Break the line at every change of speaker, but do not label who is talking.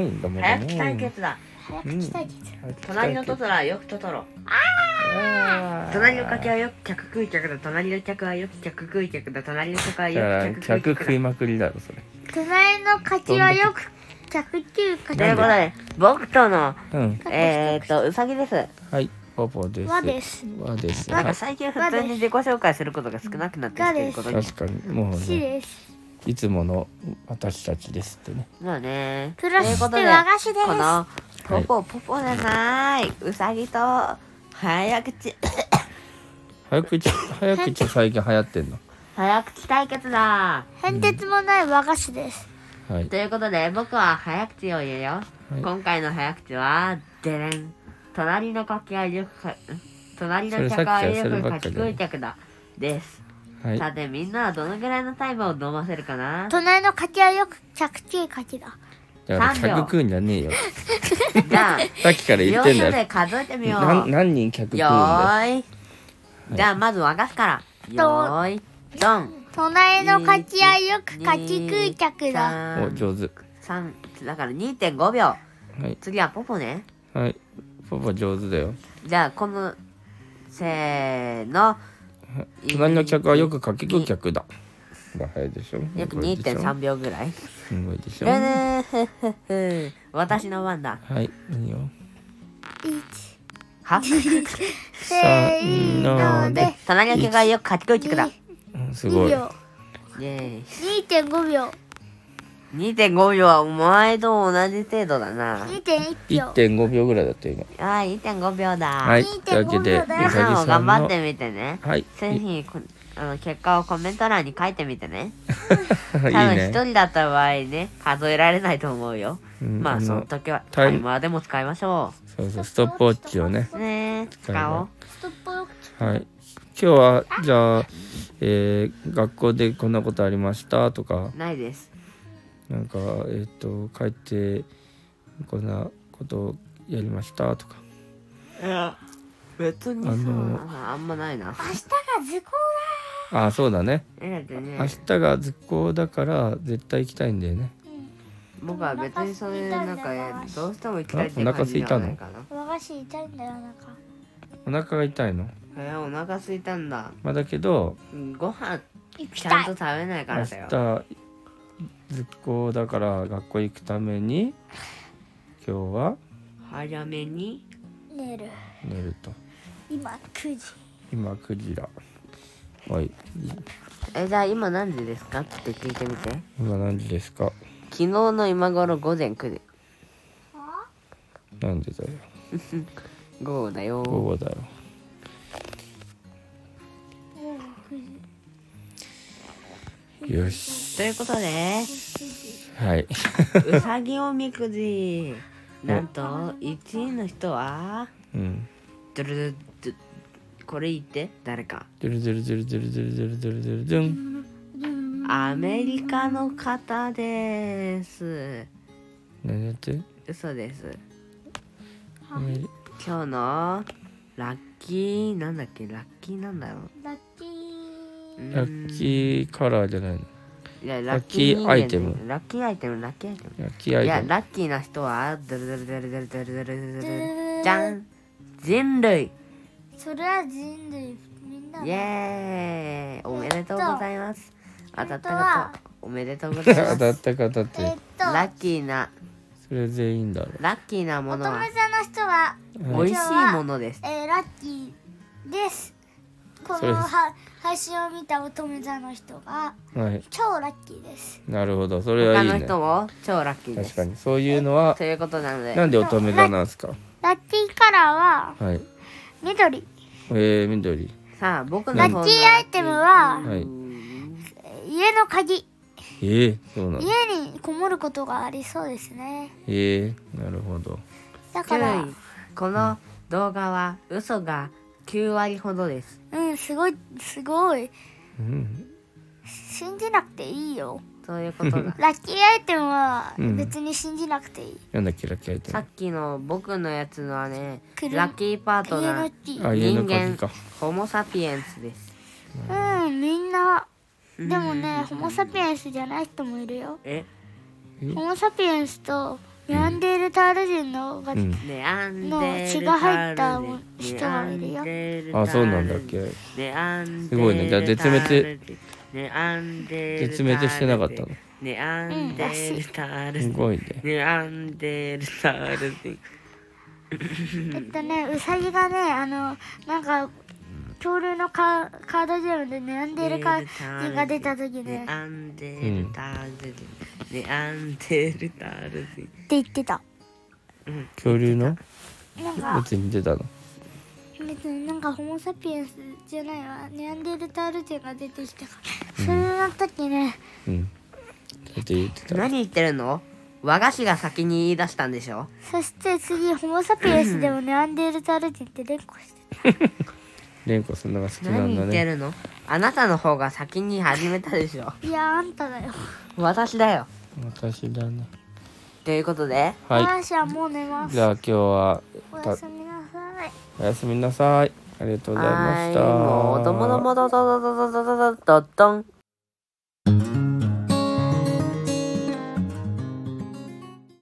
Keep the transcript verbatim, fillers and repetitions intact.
ないんだもん。
早口対決だ。
早口対決。
隣のトトロはよくトトロ。隣の客はよく客食い客だ。隣の客はよく客食い客だ。隣の客は
だから
よく客食い
客食い
客だ。
まくりだろそれ。
隣の柿はよく客中
ということで、僕との、
うん。
えーっと、うさぎです。
はい、ポポです。
和です。
和です。
なん
はい。
か最近普通に自己紹介することが少なくなってきていることに。
確かにもう
し
ね、
です。
いつもの私たちですってね。
まあね。
プラスして
ということで、
和菓子です。
この、ポポポポじゃない、うさぎと、早口、
早口早口最近流行ってんの。
早口対決だ。
変哲もない和菓子です。
はい
と。いうことで、僕は早口を言うよ。
はい
今回の早口は、でれん。隣の柿はよくか、ん隣の客はよくかき食い客だ。です。
はい。
さて、みんなはどのぐらいのタイムを飲ませるかな？
隣の柿はよく着地柿だ。
だから
さんびょう
客食うんじゃねえよ。
じゃあ、
さっきから言ってんだよ。
秒数で数えてみよう。
なん何人客食うん
よ
だよ。
ーい。じゃあ、まず沸かすから。よーい。ドン。
隣の柿はよく柿食い客だ。
お上手。
さん、だから にてんごびょう。
はい
次はポポね。
はい。ポポ上手だよ。
じゃあ、この、せーの。
隣の客はよくかき食う客だ。が早いでしょ。
約 にてんさんびょうぐらい。
すごいでしょ。
えねーふふふ私の番だ。
はい、いいよ。
一。
は
せーので。
隣の客はよくかき食い客だ。
うんすごい。
にびょう。
イェーイ。
にてんごびょう。
にてんごびょうはお前と同じ程度だな。
にてんいちびょう。
いってんごびょうぐらいだった今。
あー、にてんごびょうだ。
はい。というわけで、う
にてんごびょうだよ
皆さんも
さぎさんの
頑張ってみてね。
はい。
ぜひこあの結果をコメント欄に書いてみてね。
いい
多分
ね
一。人だった場合ね、数えられないと思うよ。
うん
まあ
の
その時は
タイム
タイマーでも使いましょ
そうそう、ストップウォッチをね。
う。ねえ、使おう。
ストップウォッチ。
はい。今日は、じゃあ、えー、学校でこんなことありましたとか、
ないです。
なんか、えっ、と、帰って、こんなことやりましたとか。
別にさ、
あの
あんまないな。
明日が図工
ああ、そうだね。
えだってね
明、日が図工だから、絶対行きたいんだよね。
僕は別にそれなんかどうしても行きたいっていう感じではないかな。
だ。和菓子痛いんだよ、なんか。
お腹が痛いの。
えー、お腹空いたんだ。
まあ、だけど、
うんご飯
行きたい
ちゃんと。食べないか
明
らだよ。
日、図工だから学校行くために、今日は
早めに。
寝る。
寝ると。
今くじ。
今、クジラ。はい。
え、じゃあ今何時ですかって聞いてみて。
今何時ですか？
昨日の今頃午前くじ。
なんでだよ。
午後だよ。
午後だよ。よし。
ということで、
はい。
うさぎおみくじ。なんと、いちいの人は、
うん。
ドゥルルドゥこれ言って、誰か。
ドゥルドゥルドゥルドゥルドゥルドゥルドゥルドゥルドゥン。
アメリカの方です。
何やって
嘘です。
アメリ
今日のラッキー、なんだっけ、ラッキーなんだろう。
ラッキー。
ラッキーカラーじゃないの。
いや
ラッキーアイテム
ラッキーアイテム、ラッキーアイテム。
ラッキーアイ
いや、
テム。
ラッキーな人は、ドゥルドゥルドゥルドゥルドゥルドゥルドゥルドゥルじゃん人類
それは人類みんな
イエーイおめでとうございます。当たった
本当は
方、おめでとうございま
当
す。
たった方っ、
えってと
ラッキーな、
それ全員だろ。
ラッキーなものは
乙女座の人は、
美味しいものです。
えー、ラッキーです。こ
それです
のは配信を見た乙女座の人が
はい。
超ラッキーです。
なるほど。それ
他
はいいね。
の人も超ラッキーです。
確かに。そういうのは
と、いうことなので、
なんで乙女座なんですか？
ラッキーカラーは
はい。
緑。
えー、緑。
さあ、僕の
ラッキーアイテムは
はい。
家の鍵。
えー、そうなの。
家にこもることがありそうですね。
えー、なるほど。
だから
注意、この動画は嘘がきゅうわりほどです。
うんすごいすごい
うん。
信じなくていいよ。
そういうことだ。
ラッキーアイテムは
うん
別に信じなくていい。
なんだっけ、ラッキーアイテム
さっ。きの僕のやつのはね、
くる
ラッキーパート
家
ナー、
の木。
あ、家の
人間
鍵か。
ホモ・サピエンスです。
うんみんな
うん
でもねホモ・サピエンスじゃない人もいるよ。
え
え
ホモ・サピエンスとネアンデルタール人のが、
うん
ネアンデルタ
の
ール
血が入った人がいるよ。
あそうなんだっけ。
ネアン
すごいね。じゃあ絶滅
ネアンデル
絶滅してなかったの。
ネアンデルタール
すごいね。
ネアンデルタール人
えっとね、ウサギがね、あのなんか恐竜のカカードゲームでネアンデルカ人が出た時ね
ネアンデルタール人ネアンデルタール人
って言ってた。
恐竜の
なんか
やつに出たの。
別になんかホモサピエンスじゃないわ、ネアンデルタール人が出てきたから、それの時ね、
うん。って言ってた。
何言ってるの？和菓子が先に言い出したんでしょ。
そして次ホモサピエンスでもネアンデルタール人って連呼してた。
レンコそんなのが好きな
何言
んだね。
ってるの？あなたの方が先に始めたでしょ。
いやあんただよ。
私だよ。
私だね。
ということで、
はい。
私はもう寝ます。
じゃあ今日は
おや
た
すみなさい。
おやすみなさい。ありがとうございました。
はい、もうどもどもどどどどどどどどどん。